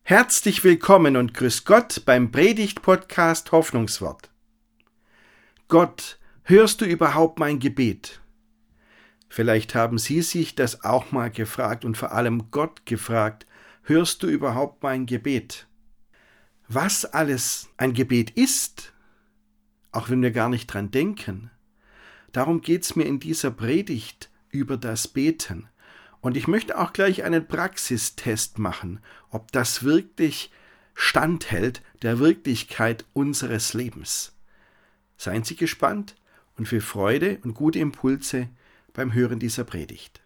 Herzlich willkommen und grüß Gott beim Predigt-Podcast Hoffnungswort. Gott, hörst du überhaupt mein Gebet? Vielleicht haben Sie sich das auch mal gefragt und vor allem Gott gefragt, hörst du überhaupt mein Gebet? Was alles ein Gebet ist, auch wenn wir gar nicht dran denken, darum geht's mir in dieser Predigt über das Beten. Und ich möchte auch gleich einen Praxistest machen, ob das wirklich standhält der Wirklichkeit unseres Lebens. Seien Sie gespannt und viel Freude und gute Impulse beim Hören dieser Predigt.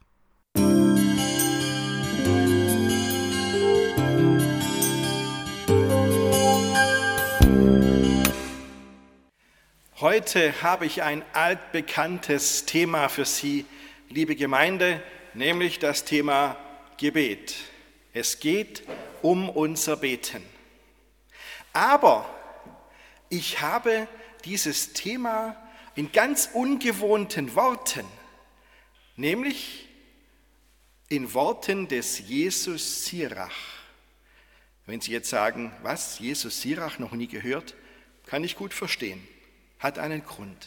Heute habe ich ein altbekanntes Thema für Sie, liebe Gemeinde, nämlich das Thema Gebet. Es geht um unser Beten. Aber ich habe dieses Thema in ganz ungewohnten Worten, nämlich in Worten des Jesus Sirach. Wenn Sie jetzt sagen, was, Jesus Sirach, noch nie gehört, kann ich gut verstehen, hat einen Grund.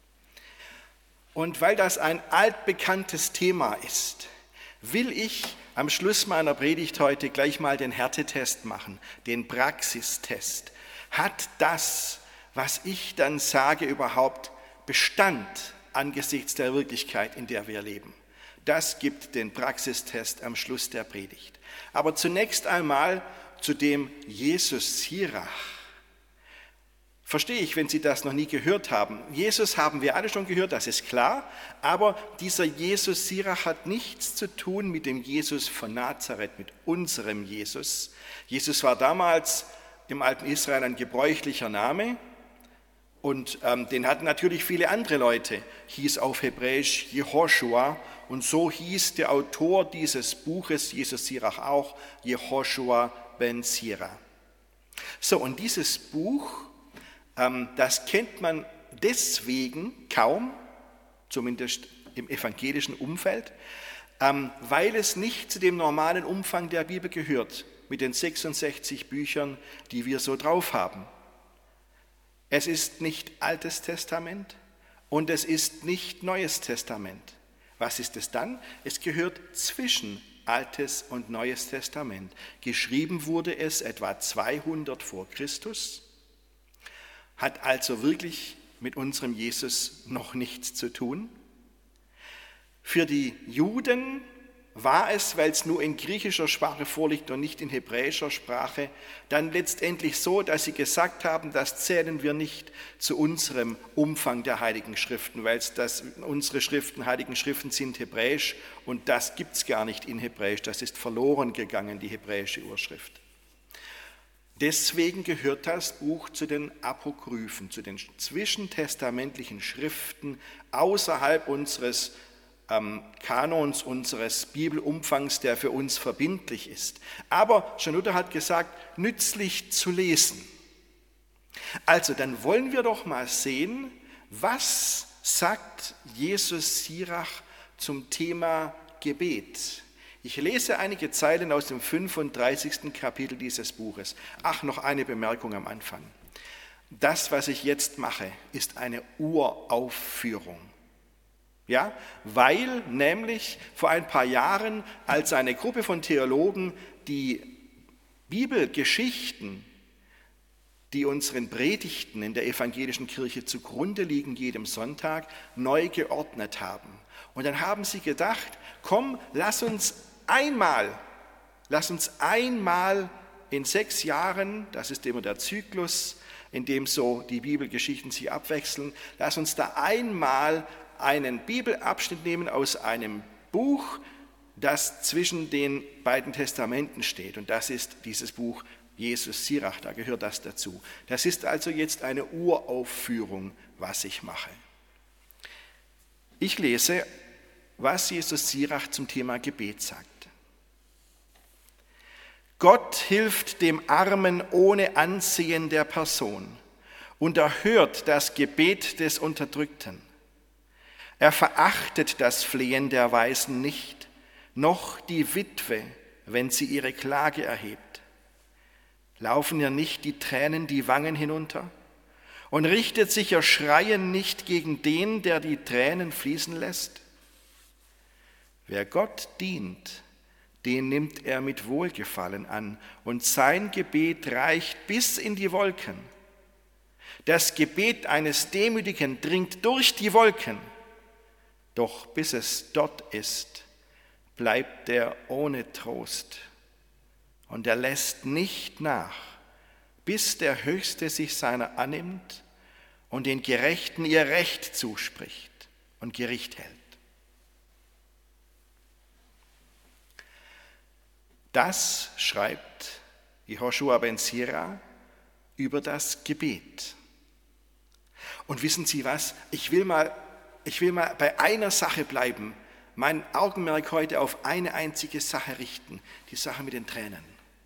Und weil das ein altbekanntes Thema ist, will ich am Schluss meiner Predigt heute gleich mal den Härtetest machen, den Praxistest. Hat das, was ich dann sage, überhaupt Bestand angesichts der Wirklichkeit, in der wir leben? Das gibt den Praxistest am Schluss der Predigt. Aber zunächst einmal zu dem Jesus Sirach. Verstehe ich, wenn Sie das noch nie gehört haben. Jesus haben wir alle schon gehört, das ist klar, aber dieser Jesus Sirach hat nichts zu tun mit dem Jesus von Nazareth, mit unserem Jesus. Jesus war damals im alten Israel ein gebräuchlicher Name und den hatten natürlich viele andere Leute, hieß auf Hebräisch Jehoshua und so hieß der Autor dieses Buches, Jesus Sirach auch, Jehoshua ben Sirach. So, und dieses Buch, das kennt man deswegen kaum, zumindest im evangelischen Umfeld, weil es nicht zu dem normalen Umfang der Bibel gehört, mit den 66 Büchern, die wir so drauf haben. Es ist nicht Altes Testament und es ist nicht Neues Testament. Was ist es dann? Es gehört zwischen Altes und Neues Testament. Geschrieben wurde es etwa 200 vor Christus. Hat also wirklich mit unserem Jesus noch nichts zu tun. Für die Juden war es, weil es nur in griechischer Sprache vorliegt und nicht in hebräischer Sprache, dann letztendlich so, dass sie gesagt haben, das zählen wir nicht zu unserem Umfang der Heiligen Schriften, weil unsere Schriften, Heiligen Schriften sind hebräisch und das gibt es gar nicht in hebräisch, das ist verloren gegangen, die hebräische Urschrift. Deswegen gehört das Buch zu den Apokryphen, zu den zwischentestamentlichen Schriften außerhalb unseres Kanons, unseres Bibelumfangs, der für uns verbindlich ist. Aber John Luther hat gesagt, nützlich zu lesen. Also, dann wollen wir doch mal sehen, was sagt Jesus Sirach zum Thema Gebet. Ich lese einige Zeilen aus dem 35. Kapitel dieses Buches. Ach, noch eine Bemerkung am Anfang. Das, was ich jetzt mache, ist eine Uraufführung. Ja, weil nämlich vor ein paar Jahren, als eine Gruppe von Theologen die Bibelgeschichten, die unseren Predigten in der evangelischen Kirche zugrunde liegen, jedem Sonntag, neu geordnet haben. Und dann haben sie gedacht, komm, lass uns einmal in 6 Jahren, das ist immer der Zyklus, in dem so die Bibelgeschichten sich abwechseln, lass uns da einmal einen Bibelabschnitt nehmen aus einem Buch, das zwischen den beiden Testamenten steht. Und das ist dieses Buch Jesus Sirach, da gehört das dazu. Das ist also jetzt eine Uraufführung, was ich mache. Ich lese, was Jesus Sirach zum Thema Gebet sagt. Gott hilft dem Armen ohne Ansehen der Person und erhört das Gebet des Unterdrückten. Er verachtet das Flehen der Waisen nicht, noch die Witwe, wenn sie ihre Klage erhebt. Laufen ihr nicht die Tränen die Wangen hinunter? Und richtet sich ihr Schreien nicht gegen den, der die Tränen fließen lässt? Wer Gott dient, den nimmt er mit Wohlgefallen an, und sein Gebet reicht bis in die Wolken. Das Gebet eines Demütigen dringt durch die Wolken, doch bis es dort ist, bleibt er ohne Trost. Und er lässt nicht nach, bis der Höchste sich seiner annimmt und den Gerechten ihr Recht zuspricht und Gericht hält. Das schreibt Jehoschua ben Sira über das Gebet. Und wissen Sie was? Ich will mal bei einer Sache bleiben, mein Augenmerk heute auf eine einzige Sache richten, die Sache mit den Tränen.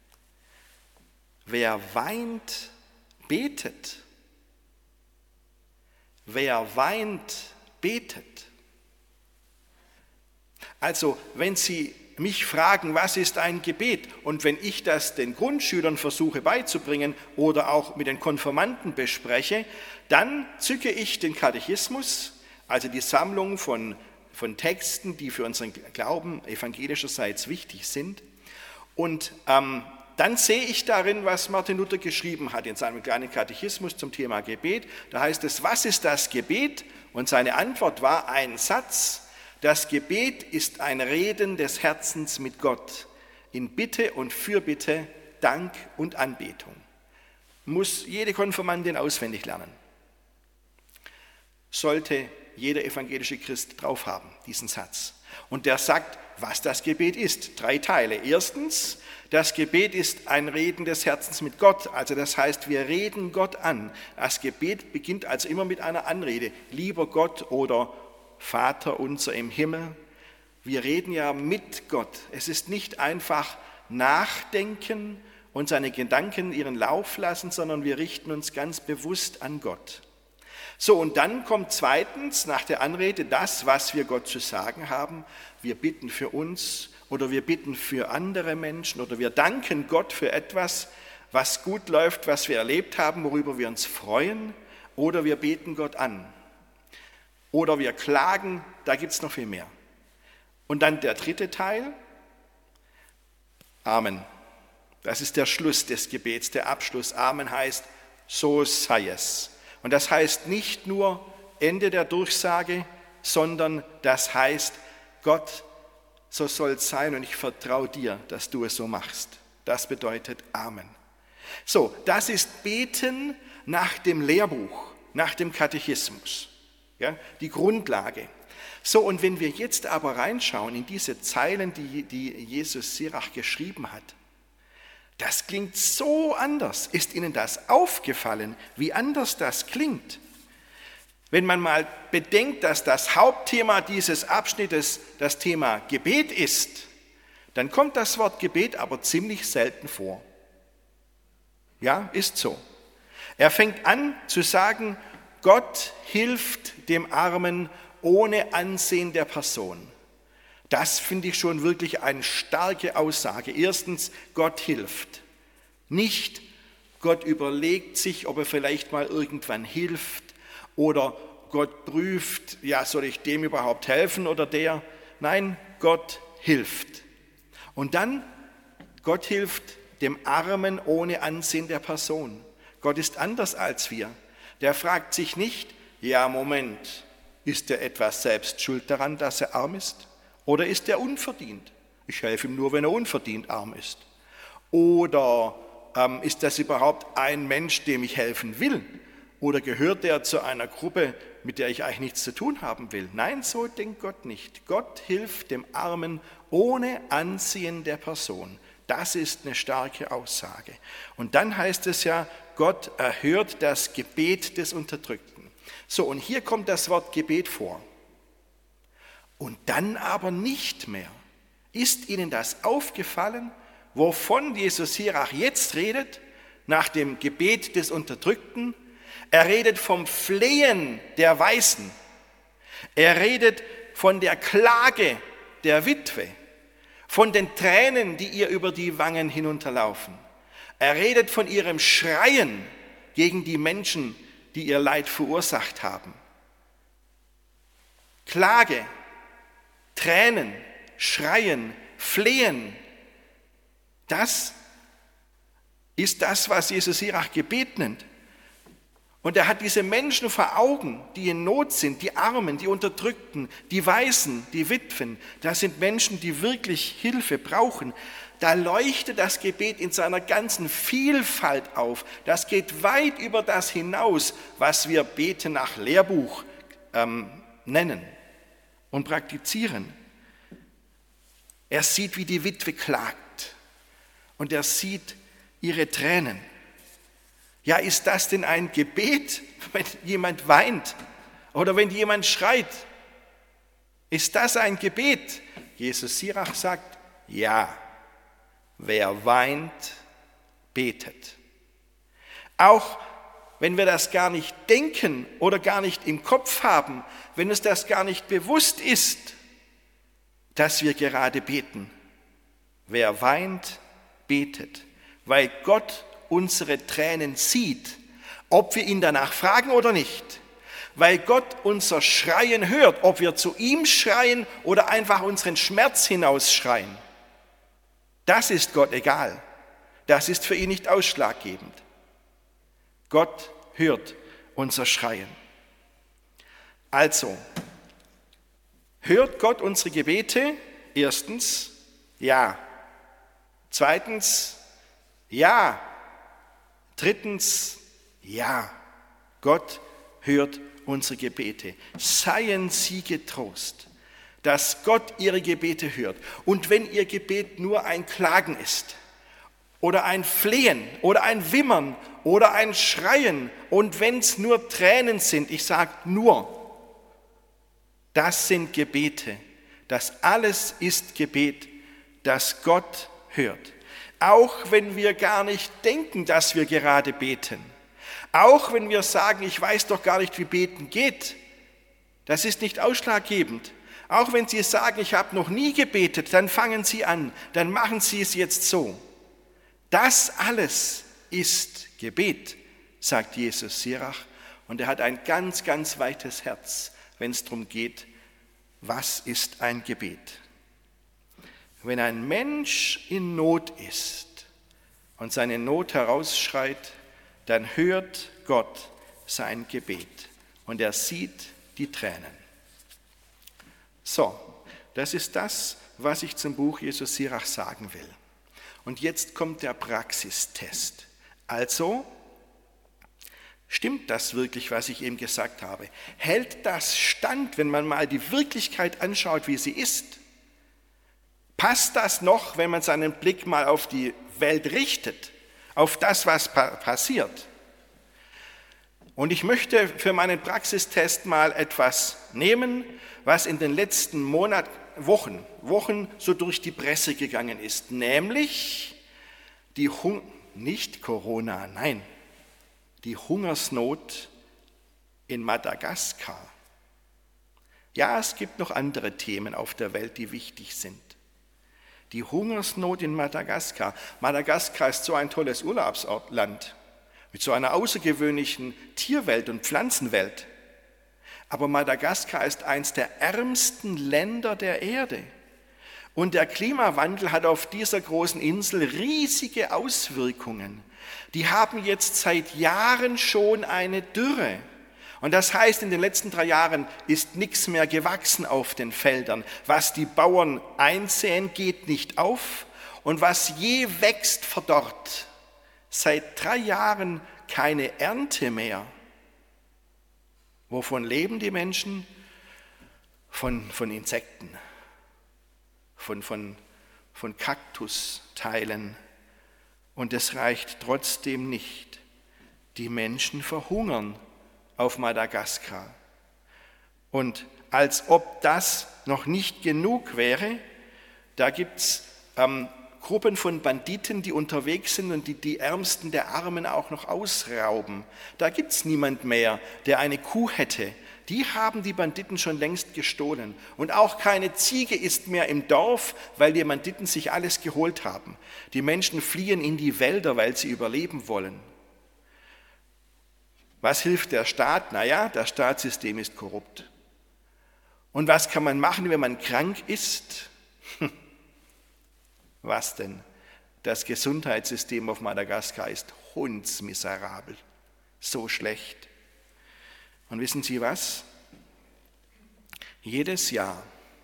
Wer weint, betet. Wer weint, betet. Also, wenn Sie mich fragen, was ist ein Gebet? Und wenn ich das den Grundschülern versuche beizubringen oder auch mit den Konfirmanden bespreche, dann zücke ich den Katechismus, also die Sammlung von Texten, die für unseren Glauben evangelischerseits wichtig sind. Und dann sehe ich darin, was Martin Luther geschrieben hat in seinem kleinen Katechismus zum Thema Gebet. Da heißt es, was ist das Gebet? Und seine Antwort war ein Satz: Das Gebet ist ein Reden des Herzens mit Gott in Bitte und Fürbitte, Dank und Anbetung. Muss jede Konfirmandin auswendig lernen. Sollte jeder evangelische Christ drauf haben, diesen Satz. Und der sagt, was das Gebet ist. 3 Teile. Erstens, das Gebet ist ein Reden des Herzens mit Gott. Also das heißt, wir reden Gott an. Das Gebet beginnt also immer mit einer Anrede. Lieber Gott oder Vater unser im Himmel. Wir reden ja mit Gott. Es ist nicht einfach nachdenken und seine Gedanken ihren Lauf lassen, sondern wir richten uns ganz bewusst an Gott. So, und dann kommt zweitens nach der Anrede das, was wir Gott zu sagen haben. Wir bitten für uns oder wir bitten für andere Menschen oder wir danken Gott für etwas, was gut läuft, was wir erlebt haben, worüber wir uns freuen, oder wir beten Gott an. Oder wir klagen, da gibt es noch viel mehr. Und dann der dritte Teil, Amen. Das ist der Schluss des Gebets, der Abschluss. Amen heißt, so sei es. Und das heißt nicht nur Ende der Durchsage, sondern das heißt, Gott, so soll es sein und ich vertraue dir, dass du es so machst. Das bedeutet Amen. So, das ist Beten nach dem Lehrbuch, nach dem Katechismus. Ja, die Grundlage. So, und wenn wir jetzt aber reinschauen in diese Zeilen, die Jesus Sirach geschrieben hat, das klingt so anders. Ist Ihnen das aufgefallen, wie anders das klingt? Wenn man mal bedenkt, dass das Hauptthema dieses Abschnittes das Thema Gebet ist, dann kommt das Wort Gebet aber ziemlich selten vor. Ja, ist so. Er fängt an zu sagen, Gott hilft dem Armen ohne Ansehen der Person. Das finde ich schon wirklich eine starke Aussage. Erstens, Gott hilft. Nicht, Gott überlegt sich, ob er vielleicht mal irgendwann hilft oder Gott prüft, ja, soll ich dem überhaupt helfen oder der? Nein, Gott hilft. Und dann, Gott hilft dem Armen ohne Ansehen der Person. Gott ist anders als wir. Der fragt sich nicht, ja, Moment, ist er etwas selbst schuld daran, dass er arm ist? Oder ist er unverdient? Ich helfe ihm nur, wenn er unverdient arm ist. Oder ist das überhaupt ein Mensch, dem ich helfen will? Oder gehört er zu einer Gruppe, mit der ich eigentlich nichts zu tun haben will? Nein, so denkt Gott nicht. Gott hilft dem Armen ohne Ansehen der Person. Das ist eine starke Aussage. Und dann heißt es ja, Gott erhört das Gebet des Unterdrückten. So, und hier kommt das Wort Gebet vor. Und dann aber nicht mehr. Ist Ihnen das aufgefallen, wovon Jesus Sirach jetzt redet, nach dem Gebet des Unterdrückten? Er redet vom Flehen der Waisen. Er redet von der Klage der Witwe, von den Tränen, die ihr über die Wangen hinunterlaufen. Er redet von ihrem Schreien gegen die Menschen, die ihr Leid verursacht haben. Klage, Tränen, Schreien, Flehen, das ist das, was Jesus Sirach Gebet nennt. Und er hat diese Menschen vor Augen, die in Not sind, die Armen, die Unterdrückten, die Waisen, die Witwen. Das sind Menschen, die wirklich Hilfe brauchen. Da leuchtet das Gebet in seiner ganzen Vielfalt auf. Das geht weit über das hinaus, was wir Beten nach Lehrbuch nennen und praktizieren. Er sieht, wie die Witwe klagt und er sieht ihre Tränen. Ja, ist das denn ein Gebet, wenn jemand weint oder wenn jemand schreit? Ist das ein Gebet? Jesus Sirach sagt, ja, wer weint, betet. Auch wenn wir das gar nicht denken oder gar nicht im Kopf haben, wenn uns das gar nicht bewusst ist, dass wir gerade beten. Wer weint, betet, weil Gott unsere Tränen sieht, ob wir ihn danach fragen oder nicht, weil Gott unser Schreien hört, ob wir zu ihm schreien oder einfach unseren Schmerz hinausschreien. Das ist Gott egal. Das ist für ihn nicht ausschlaggebend. Gott hört unser Schreien. Also, hört Gott unsere Gebete? Erstens, ja. Zweitens, ja. Drittens, ja. Gott hört unsere Gebete. Seien Sie getrost, dass Gott Ihre Gebete hört. Und wenn Ihr Gebet nur ein Klagen ist oder ein Flehen oder ein Wimmern oder ein Schreien und wenn es nur Tränen sind, ich sage nur, das sind Gebete. Das alles ist Gebet, das Gott hört. Auch wenn wir gar nicht denken, dass wir gerade beten. Auch wenn wir sagen, ich weiß doch gar nicht, wie beten geht. Das ist nicht ausschlaggebend. Auch wenn Sie sagen, ich habe noch nie gebetet, dann fangen Sie an, dann machen Sie es jetzt so. Das alles ist Gebet, sagt Jesus Sirach. Und er hat ein ganz, ganz weites Herz, wenn es darum geht, was ist ein Gebet? Wenn ein Mensch in Not ist und seine Not herausschreit, dann hört Gott sein Gebet und er sieht die Tränen. So, das ist das, was ich zum Buch Jesus Sirach sagen will. Und jetzt kommt der Praxistest. Also, stimmt das wirklich, was ich eben gesagt habe? Hält das stand, wenn man mal die Wirklichkeit anschaut, wie sie ist? Passt das noch, wenn man seinen Blick mal auf die Welt richtet, auf das, was passiert? Und ich möchte für meinen Praxistest mal etwas nehmen, was in den letzten Wochen so durch die Presse gegangen ist, nämlich nicht Corona, nein, die Hungersnot in Madagaskar. Ja, es gibt noch andere Themen auf der Welt, die wichtig sind. Die Hungersnot in Madagaskar. Madagaskar ist so ein tolles Urlaubsland mit so einer außergewöhnlichen Tierwelt und Pflanzenwelt. Aber Madagaskar ist eines der ärmsten Länder der Erde. Und der Klimawandel hat auf dieser großen Insel riesige Auswirkungen. Die haben jetzt seit Jahren schon eine Dürre. Und das heißt, in den letzten 3 Jahren ist nichts mehr gewachsen auf den Feldern. Was die Bauern einsäen, geht nicht auf. Und was je wächst, verdorrt. Seit 3 Jahren keine Ernte mehr. Wovon leben die Menschen? Von Insekten, von Kaktusteilen. Und es reicht trotzdem nicht. Die Menschen verhungern auf Madagaskar. Und als ob das noch nicht genug wäre, da gibt es Gruppen von Banditen, die unterwegs sind und die Ärmsten der Armen auch noch ausrauben. Da gibt es niemand mehr, der eine Kuh hätte, Die haben die Banditen schon längst gestohlen. Und auch keine Ziege ist mehr im Dorf, weil die Banditen sich alles geholt haben. Die Menschen fliehen in die Wälder, weil sie überleben wollen. Was hilft der Staat? Naja, das Staatssystem ist korrupt. Und was kann man machen, wenn man krank ist? Was denn? Das Gesundheitssystem auf Madagaskar ist hundsmiserabel, so schlecht. Und wissen Sie was? Jedes Jahr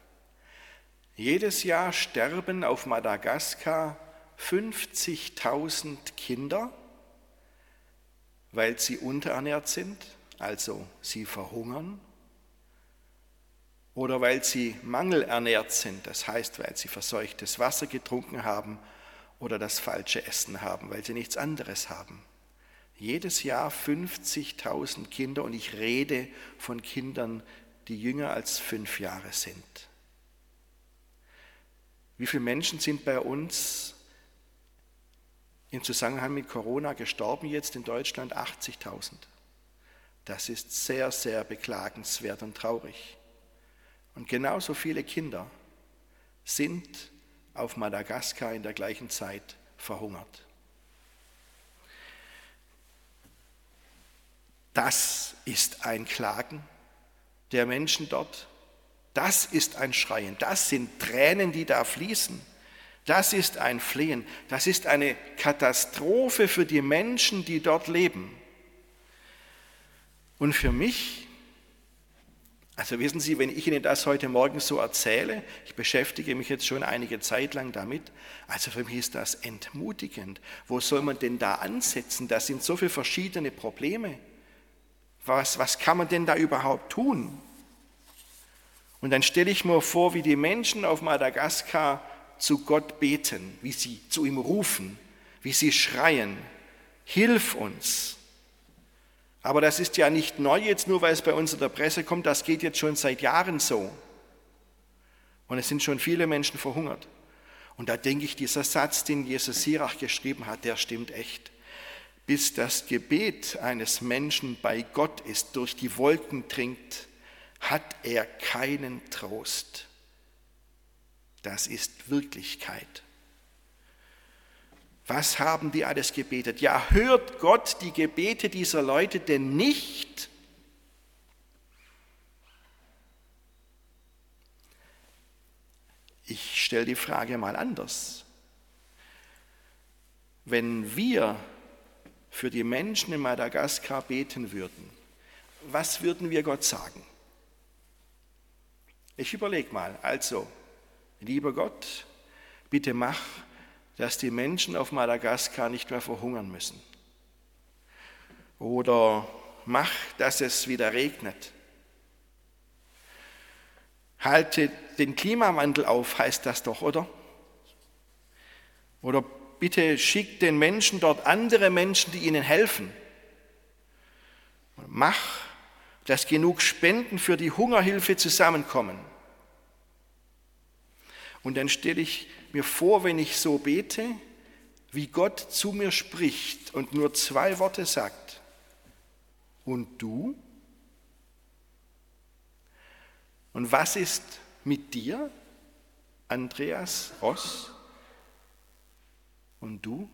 sterben auf Madagaskar 50.000 Kinder, weil sie unterernährt sind, also sie verhungern, oder weil sie mangelernährt sind, das heißt, weil sie verseuchtes Wasser getrunken haben oder das falsche Essen haben, weil sie nichts anderes haben. Jedes Jahr 50.000 Kinder, und ich rede von Kindern, die jünger als 5 Jahre sind. Wie viele Menschen sind bei uns im Zusammenhang mit Corona gestorben jetzt in Deutschland? 80.000. Das ist sehr, sehr beklagenswert und traurig. Und genauso viele Kinder sind auf Madagaskar in der gleichen Zeit verhungert. Das ist ein Klagen der Menschen dort. Das ist ein Schreien. Das sind Tränen, die da fließen. Das ist ein Flehen. Das ist eine Katastrophe für die Menschen, die dort leben. Und für mich, also wissen Sie, wenn ich Ihnen das heute Morgen so erzähle, ich beschäftige mich jetzt schon einige Zeit lang damit, also für mich ist das entmutigend. Wo soll man denn da ansetzen? Das sind so viele verschiedene Probleme. Was kann man denn da überhaupt tun? Und dann stelle ich mir vor, wie die Menschen auf Madagaskar zu Gott beten, wie sie zu ihm rufen, wie sie schreien, hilf uns. Aber das ist ja nicht neu jetzt, nur weil es bei uns in der Presse kommt, das geht jetzt schon seit Jahren so. Und es sind schon viele Menschen verhungert. Und da denke ich, dieser Satz, den Jesus Sirach geschrieben hat, der stimmt echt. Bis das Gebet eines Menschen bei Gott ist, durch die Wolken dringt, hat er keinen Trost. Das ist Wirklichkeit. Was haben die alles gebetet? Ja, hört Gott die Gebete dieser Leute denn nicht? Ich stelle die Frage mal anders. Wenn wir für die Menschen in Madagaskar beten würden, was würden wir Gott sagen? Ich überlege mal, also, lieber Gott, bitte mach, dass die Menschen auf Madagaskar nicht mehr verhungern müssen. Oder mach, dass es wieder regnet. Halte den Klimawandel auf, heißt das doch, oder? Oder bitte schick den Menschen dort andere Menschen, die ihnen helfen. Mach, dass genug Spenden für die Hungerhilfe zusammenkommen. Und dann stelle ich mir vor, wenn ich so bete, wie Gott zu mir spricht und nur 2 Worte sagt. Und du? Und was ist mit dir, Andreas Ross? Und du?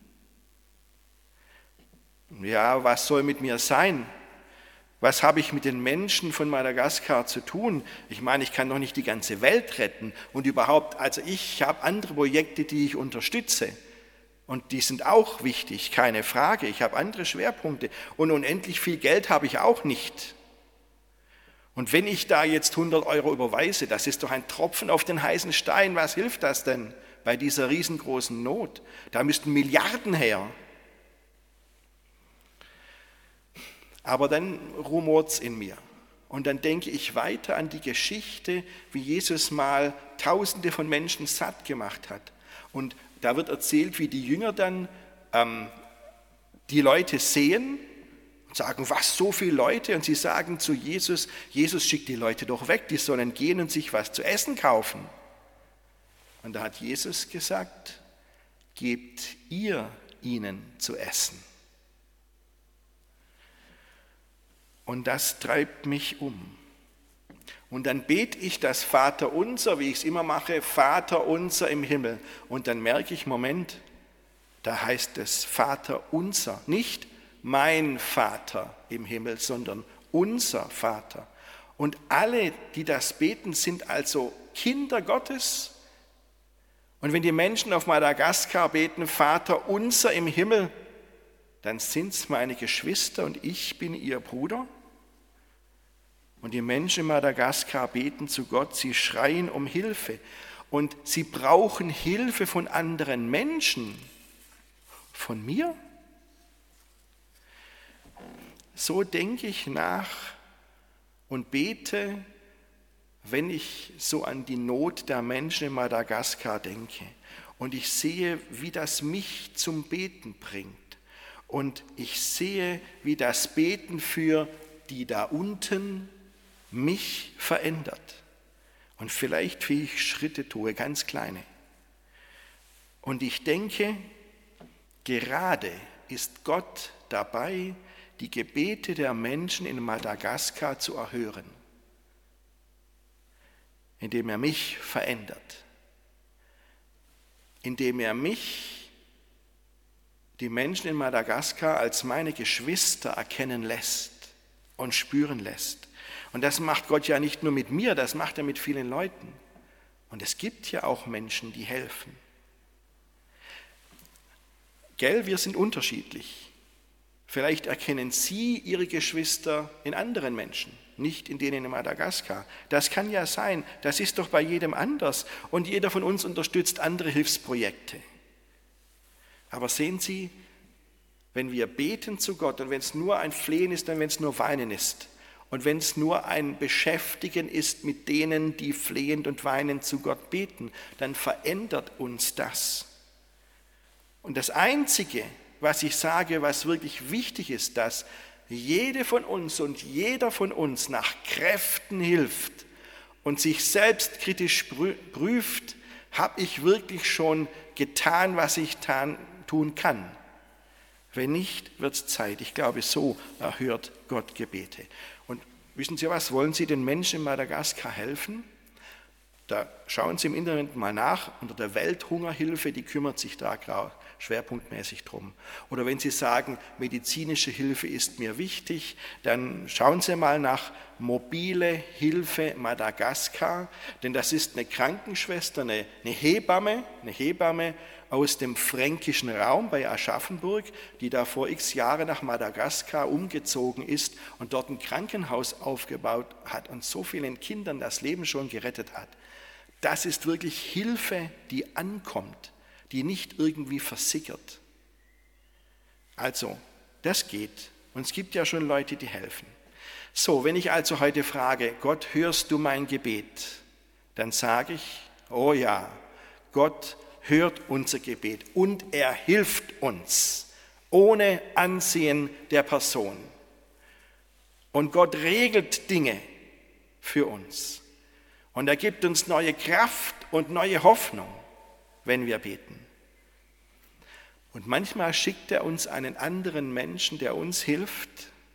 Ja, was soll mit mir sein? Was habe ich mit den Menschen von Madagaskar zu tun? Ich meine, ich kann doch nicht die ganze Welt retten. Und überhaupt, also ich habe andere Projekte, die ich unterstütze. Und die sind auch wichtig, keine Frage. Ich habe andere Schwerpunkte. Und unendlich viel Geld habe ich auch nicht. Und wenn ich da jetzt 100 € überweise, das ist doch ein Tropfen auf den heißen Stein. Was hilft das denn bei dieser riesengroßen Not? Da müssten Milliarden her. Aber dann rumort's in mir. Und dann denke ich weiter an die Geschichte, wie Jesus mal Tausende von Menschen satt gemacht hat. Und da wird erzählt, wie die Jünger dann die Leute sehen und sagen, was, so viele Leute? Und sie sagen zu Jesus, Jesus, schick die Leute doch weg, die sollen gehen und sich was zu essen kaufen. Und da hat Jesus gesagt, gebt ihr ihnen zu essen. Und das treibt mich um. Und dann bete ich das Vaterunser, wie ich es immer mache, Vater unser im Himmel. Und dann merke ich, Moment, da heißt es Vater unser, nicht mein Vater im Himmel, sondern unser Vater. Und alle, die das beten, sind also Kinder Gottes. Und wenn die Menschen auf Madagaskar beten, Vater unser im Himmel, dann sind es meine Geschwister und ich bin ihr Bruder. Und die Menschen in Madagaskar beten zu Gott, sie schreien um Hilfe. Und sie brauchen Hilfe von anderen Menschen. Von mir? So denke ich nach und bete, wenn ich so an die Not der Menschen in Madagaskar denke. Und ich sehe, wie das mich zum Beten bringt. Und ich sehe, wie das Beten für die da unten mich verändert. Und vielleicht, wie ich Schritte tue, ganz kleine. Und ich denke, gerade ist Gott dabei, die Gebete der Menschen in Madagaskar zu erhören, indem er mich verändert, indem er mich, die Menschen in Madagaskar, als meine Geschwister erkennen lässt und spüren lässt. Und das macht Gott ja nicht nur mit mir, das macht er mit vielen Leuten. Und es gibt ja auch Menschen, die helfen. Gell, wir sind unterschiedlich. Vielleicht erkennen Sie Ihre Geschwister in anderen Menschen, nicht in denen in Madagaskar. Das kann ja sein, das ist doch bei jedem anders. Und jeder von uns unterstützt andere Hilfsprojekte. Aber sehen Sie, wenn wir beten zu Gott und wenn es nur ein Flehen ist und wenn es nur Weinen ist und wenn es nur ein Beschäftigen ist mit denen, die flehend und weinend zu Gott beten, dann verändert uns das. Und das Einzige, was ich sage, was wirklich wichtig ist, dass jede von uns und jeder von uns nach Kräften hilft und sich selbstkritisch prüft, habe ich wirklich schon getan, was ich tun kann. Wenn nicht, wird es Zeit. Ich glaube, so erhört Gott Gebete. Und wissen Sie was, wollen Sie den Menschen in Madagaskar helfen? Da schauen Sie im Internet mal nach, unter der Welthungerhilfe, die kümmert sich da schwerpunktmäßig drum. Oder wenn Sie sagen, medizinische Hilfe ist mir wichtig, dann schauen Sie mal nach Mobile Hilfe Madagaskar, denn das ist eine Krankenschwester, eine Hebamme aus dem fränkischen Raum bei Aschaffenburg, die da vor x Jahren nach Madagaskar umgezogen ist und dort ein Krankenhaus aufgebaut hat und so vielen Kindern das Leben schon gerettet hat. Das ist wirklich Hilfe, die ankommt, die nicht irgendwie versickert. Also, das geht. Und es gibt ja schon Leute, die helfen. So, wenn ich also heute frage, Gott, hörst du mein Gebet? Dann sage ich, oh ja, Gott hört unser Gebet und er hilft uns, ohne Ansehen der Person. Und Gott regelt Dinge für uns. Und er gibt uns neue Kraft und neue Hoffnung, wenn wir beten. Und manchmal schickt er uns einen anderen Menschen, der uns hilft.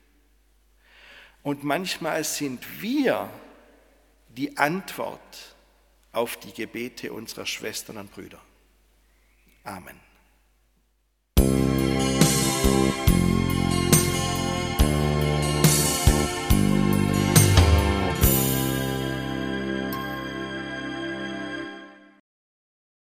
Und manchmal sind wir die Antwort auf die Gebete unserer Schwestern und Brüder. Amen.